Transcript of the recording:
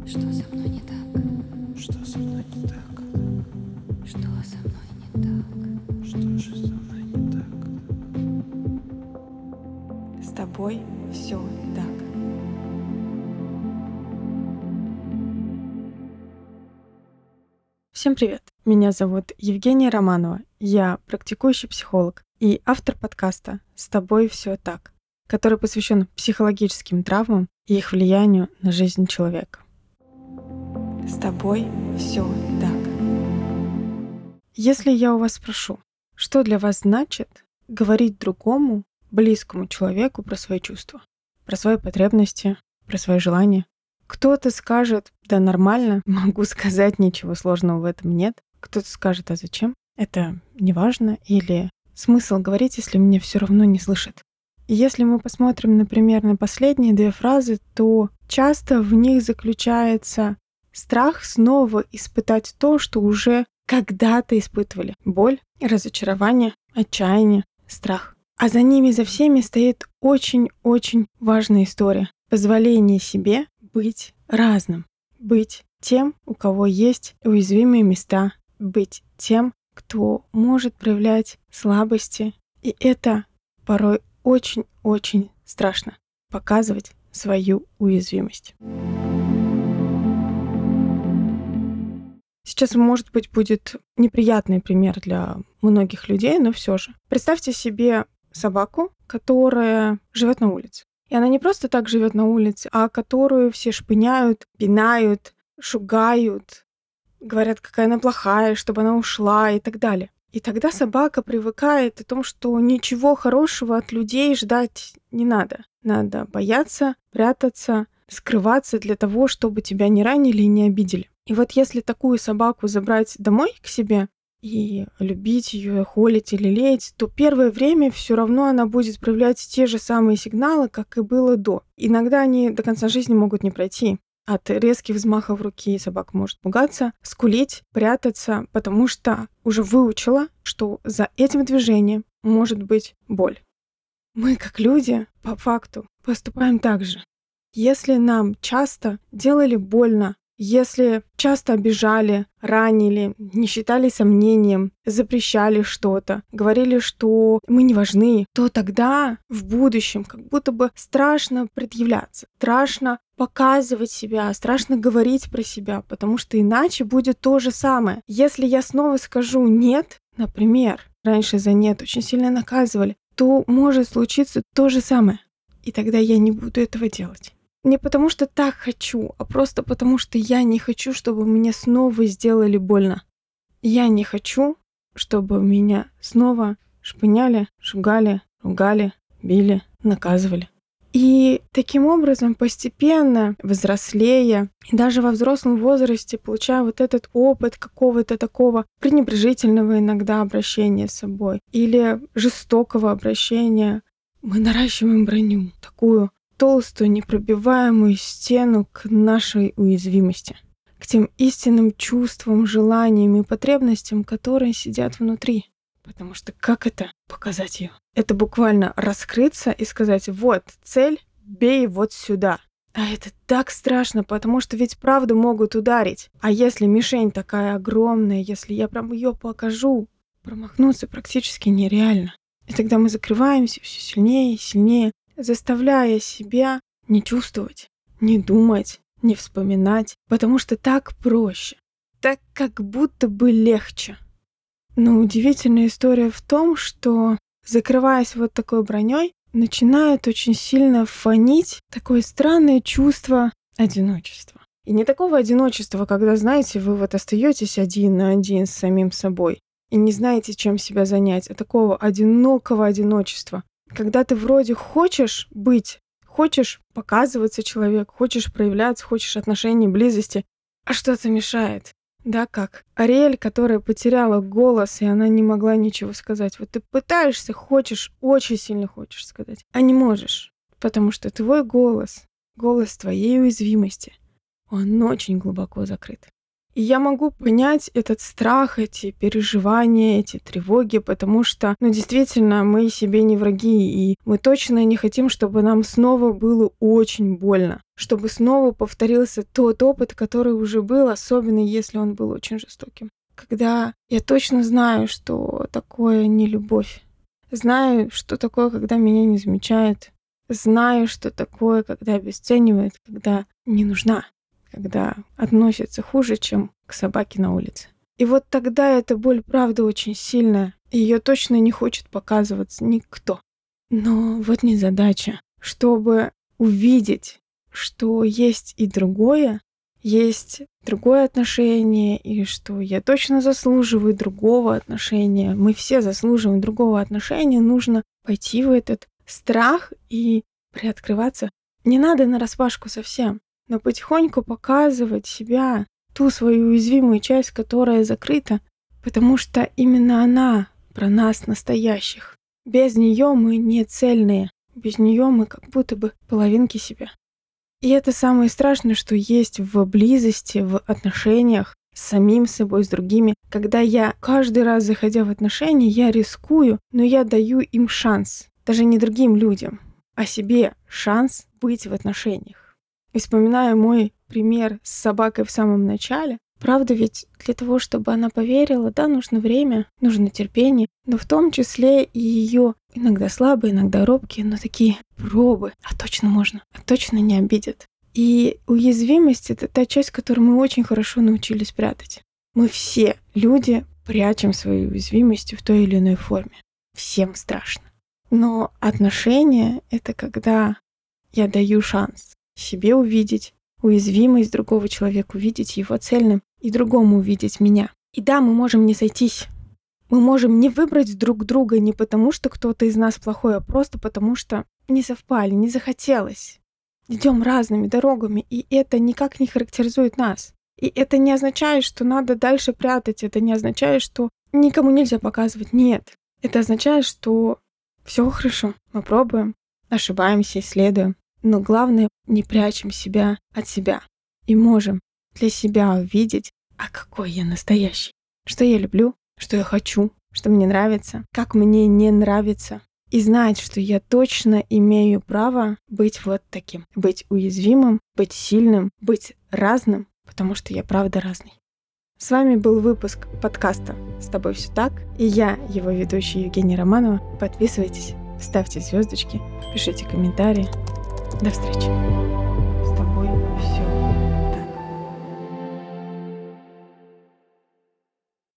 Что со мной не так? Что со мной не так? Что со мной не так? Что же со мной не так? С тобой все так. Всем привет! Меня зовут Евгения Романова. Я практикующий психолог и автор подкаста «С тобой все так», который посвящен психологическим травмам и их влиянию на жизнь человека. С тобой все так. Если я у вас спрошу, что для вас значит говорить другому, близкому человеку про свои чувства, про свои потребности, про свои желания, кто-то скажет: да нормально, могу сказать, ничего сложного в этом нет. Кто-то скажет: а зачем? Это не важно. Или смысл говорить, если меня все равно не слышат. И если мы посмотрим, например, на последние две фразы, то часто в них заключается страх снова испытать то, что уже когда-то испытывали. Боль, разочарование, отчаяние, страх. А за ними, за всеми стоит очень-очень важная история. Позволение себе быть разным. Быть тем, у кого есть уязвимые места. Быть тем, кто может проявлять слабости. И это порой очень-очень страшно. Показывать свою уязвимость. Сейчас, может быть, будет неприятный пример для многих людей, но все же. Представьте себе собаку, которая живет на улице. И она не просто так живет на улице, а которую все шпыняют, пинают, шугают, говорят, какая она плохая, чтобы она ушла и так далее. И тогда собака привыкает о том, что ничего хорошего от людей ждать не надо. Надо бояться, прятаться, скрываться для того, чтобы тебя не ранили и не обидели. И вот если такую собаку забрать домой к себе и любить ее, холить или лелеять, то первое время все равно она будет проявлять те же самые сигналы, как и было до. Иногда они до конца жизни могут не пройти. От резких взмахов руки собака может пугаться, скулить, прятаться, потому что уже выучила, что за этим движением может быть боль. Мы, как люди, по факту поступаем так же. Если нам часто делали больно, если часто обижали, ранили, не считали сомнением, запрещали что-то, говорили, что мы не важны, то тогда в будущем как будто бы страшно предъявляться, страшно показывать себя, страшно говорить про себя, потому что иначе будет то же самое. Если я снова скажу «нет», например, раньше за «нет» очень сильно наказывали, то может случиться то же самое. И тогда я не буду этого делать. Не потому что так хочу, а просто потому что я не хочу, чтобы мне снова сделали больно. Я не хочу, чтобы меня снова шпыняли, шугали, ругали, били, наказывали. И таким образом, постепенно, взрослея, и даже во взрослом возрасте, получая вот этот опыт какого-то такого пренебрежительного иногда обращения с собой или жестокого обращения, мы наращиваем броню, такую толстую, непробиваемую стену к нашей уязвимости, к тем истинным чувствам, желаниям и потребностям, которые сидят внутри. Потому что как это показать ее? Это буквально раскрыться и сказать: вот цель, бей вот сюда. А это так страшно, потому что ведь правда могут ударить. А если мишень такая огромная, если я прям ее покажу, промахнуться практически нереально. И тогда мы закрываемся все сильнее и сильнее, заставляя себя не чувствовать, не думать, не вспоминать, потому что так проще, так как будто бы легче. Но удивительная история в том, что, закрываясь вот такой броней, начинает очень сильно фонить такое странное чувство одиночества. И не такого одиночества, когда, знаете, вы вот остаетесь один на один с самим собой и не знаете, чем себя занять, а такого одинокого одиночества, когда ты вроде хочешь быть, хочешь показываться человеку, хочешь проявляться, хочешь отношений, близости, а что-то мешает. Да, как Ариэль, которая потеряла голос, и она не могла ничего сказать. Вот ты пытаешься, хочешь, очень сильно хочешь сказать, а не можешь, потому что твой голос, голос твоей уязвимости, он очень глубоко закрыт. И я могу понять этот страх, эти переживания, эти тревоги, потому что, действительно, мы себе не враги, и мы точно не хотим, чтобы нам снова было очень больно, чтобы снова повторился тот опыт, который уже был, особенно если он был очень жестоким. Когда я точно знаю, что такое не любовь, знаю, что такое, когда меня не замечают, знаю, что такое, когда обесценивают, когда не нужна, когда относятся хуже, чем к собаке на улице. И вот тогда эта боль, правда, очень сильная. Ее точно не хочет показываться никто. Но вот незадача. Чтобы увидеть, что есть и другое, есть другое отношение, и что я точно заслуживаю другого отношения. Мы все заслуживаем другого отношения. Нужно пойти в этот страх и приоткрываться. Не надо нараспашку совсем, но потихоньку показывать себя, ту свою уязвимую часть, которая закрыта, потому что именно она про нас настоящих. Без нее мы не цельные, без нее мы как будто бы половинки себя. И это самое страшное, что есть в близости, в отношениях с самим собой, с другими. Когда я каждый раз, заходя в отношения, я рискую, но я даю им шанс. Даже не другим людям, а себе шанс быть в отношениях. И вспоминаю мой пример с собакой в самом начале. Правда, ведь для того, чтобы она поверила, да, нужно время, нужно терпение, но в том числе и ее иногда слабые, иногда робкие, но такие пробы. А точно можно, а точно не обидят. И уязвимость — это та часть, которую мы очень хорошо научились прятать. Мы все, люди, прячем свою уязвимость в той или иной форме. Всем страшно. Но отношения — это когда я даю шанс себе увидеть уязвимость другого человека, увидеть его цельным и другому увидеть меня. И да, мы можем не сойтись. Мы можем не выбрать друг друга не потому, что кто-то из нас плохой, а просто потому, что не совпали, не захотелось. Идем разными дорогами, и это никак не характеризует нас. И это не означает, что надо дальше прятать, это не означает, что никому нельзя показывать. Нет. Это означает, что все хорошо, мы пробуем, ошибаемся, исследуем. Но главное, не прячем себя от себя. И можем для себя увидеть, а какой я настоящий. Что я люблю, что я хочу, что мне нравится, как мне не нравится. И знать, что я точно имею право быть вот таким. Быть уязвимым, быть сильным, быть разным, потому что я правда разный. С вами был выпуск подкаста «С тобой все так». И я, его ведущая Евгения Романова. Подписывайтесь, ставьте звездочки, пишите комментарии. До встречи.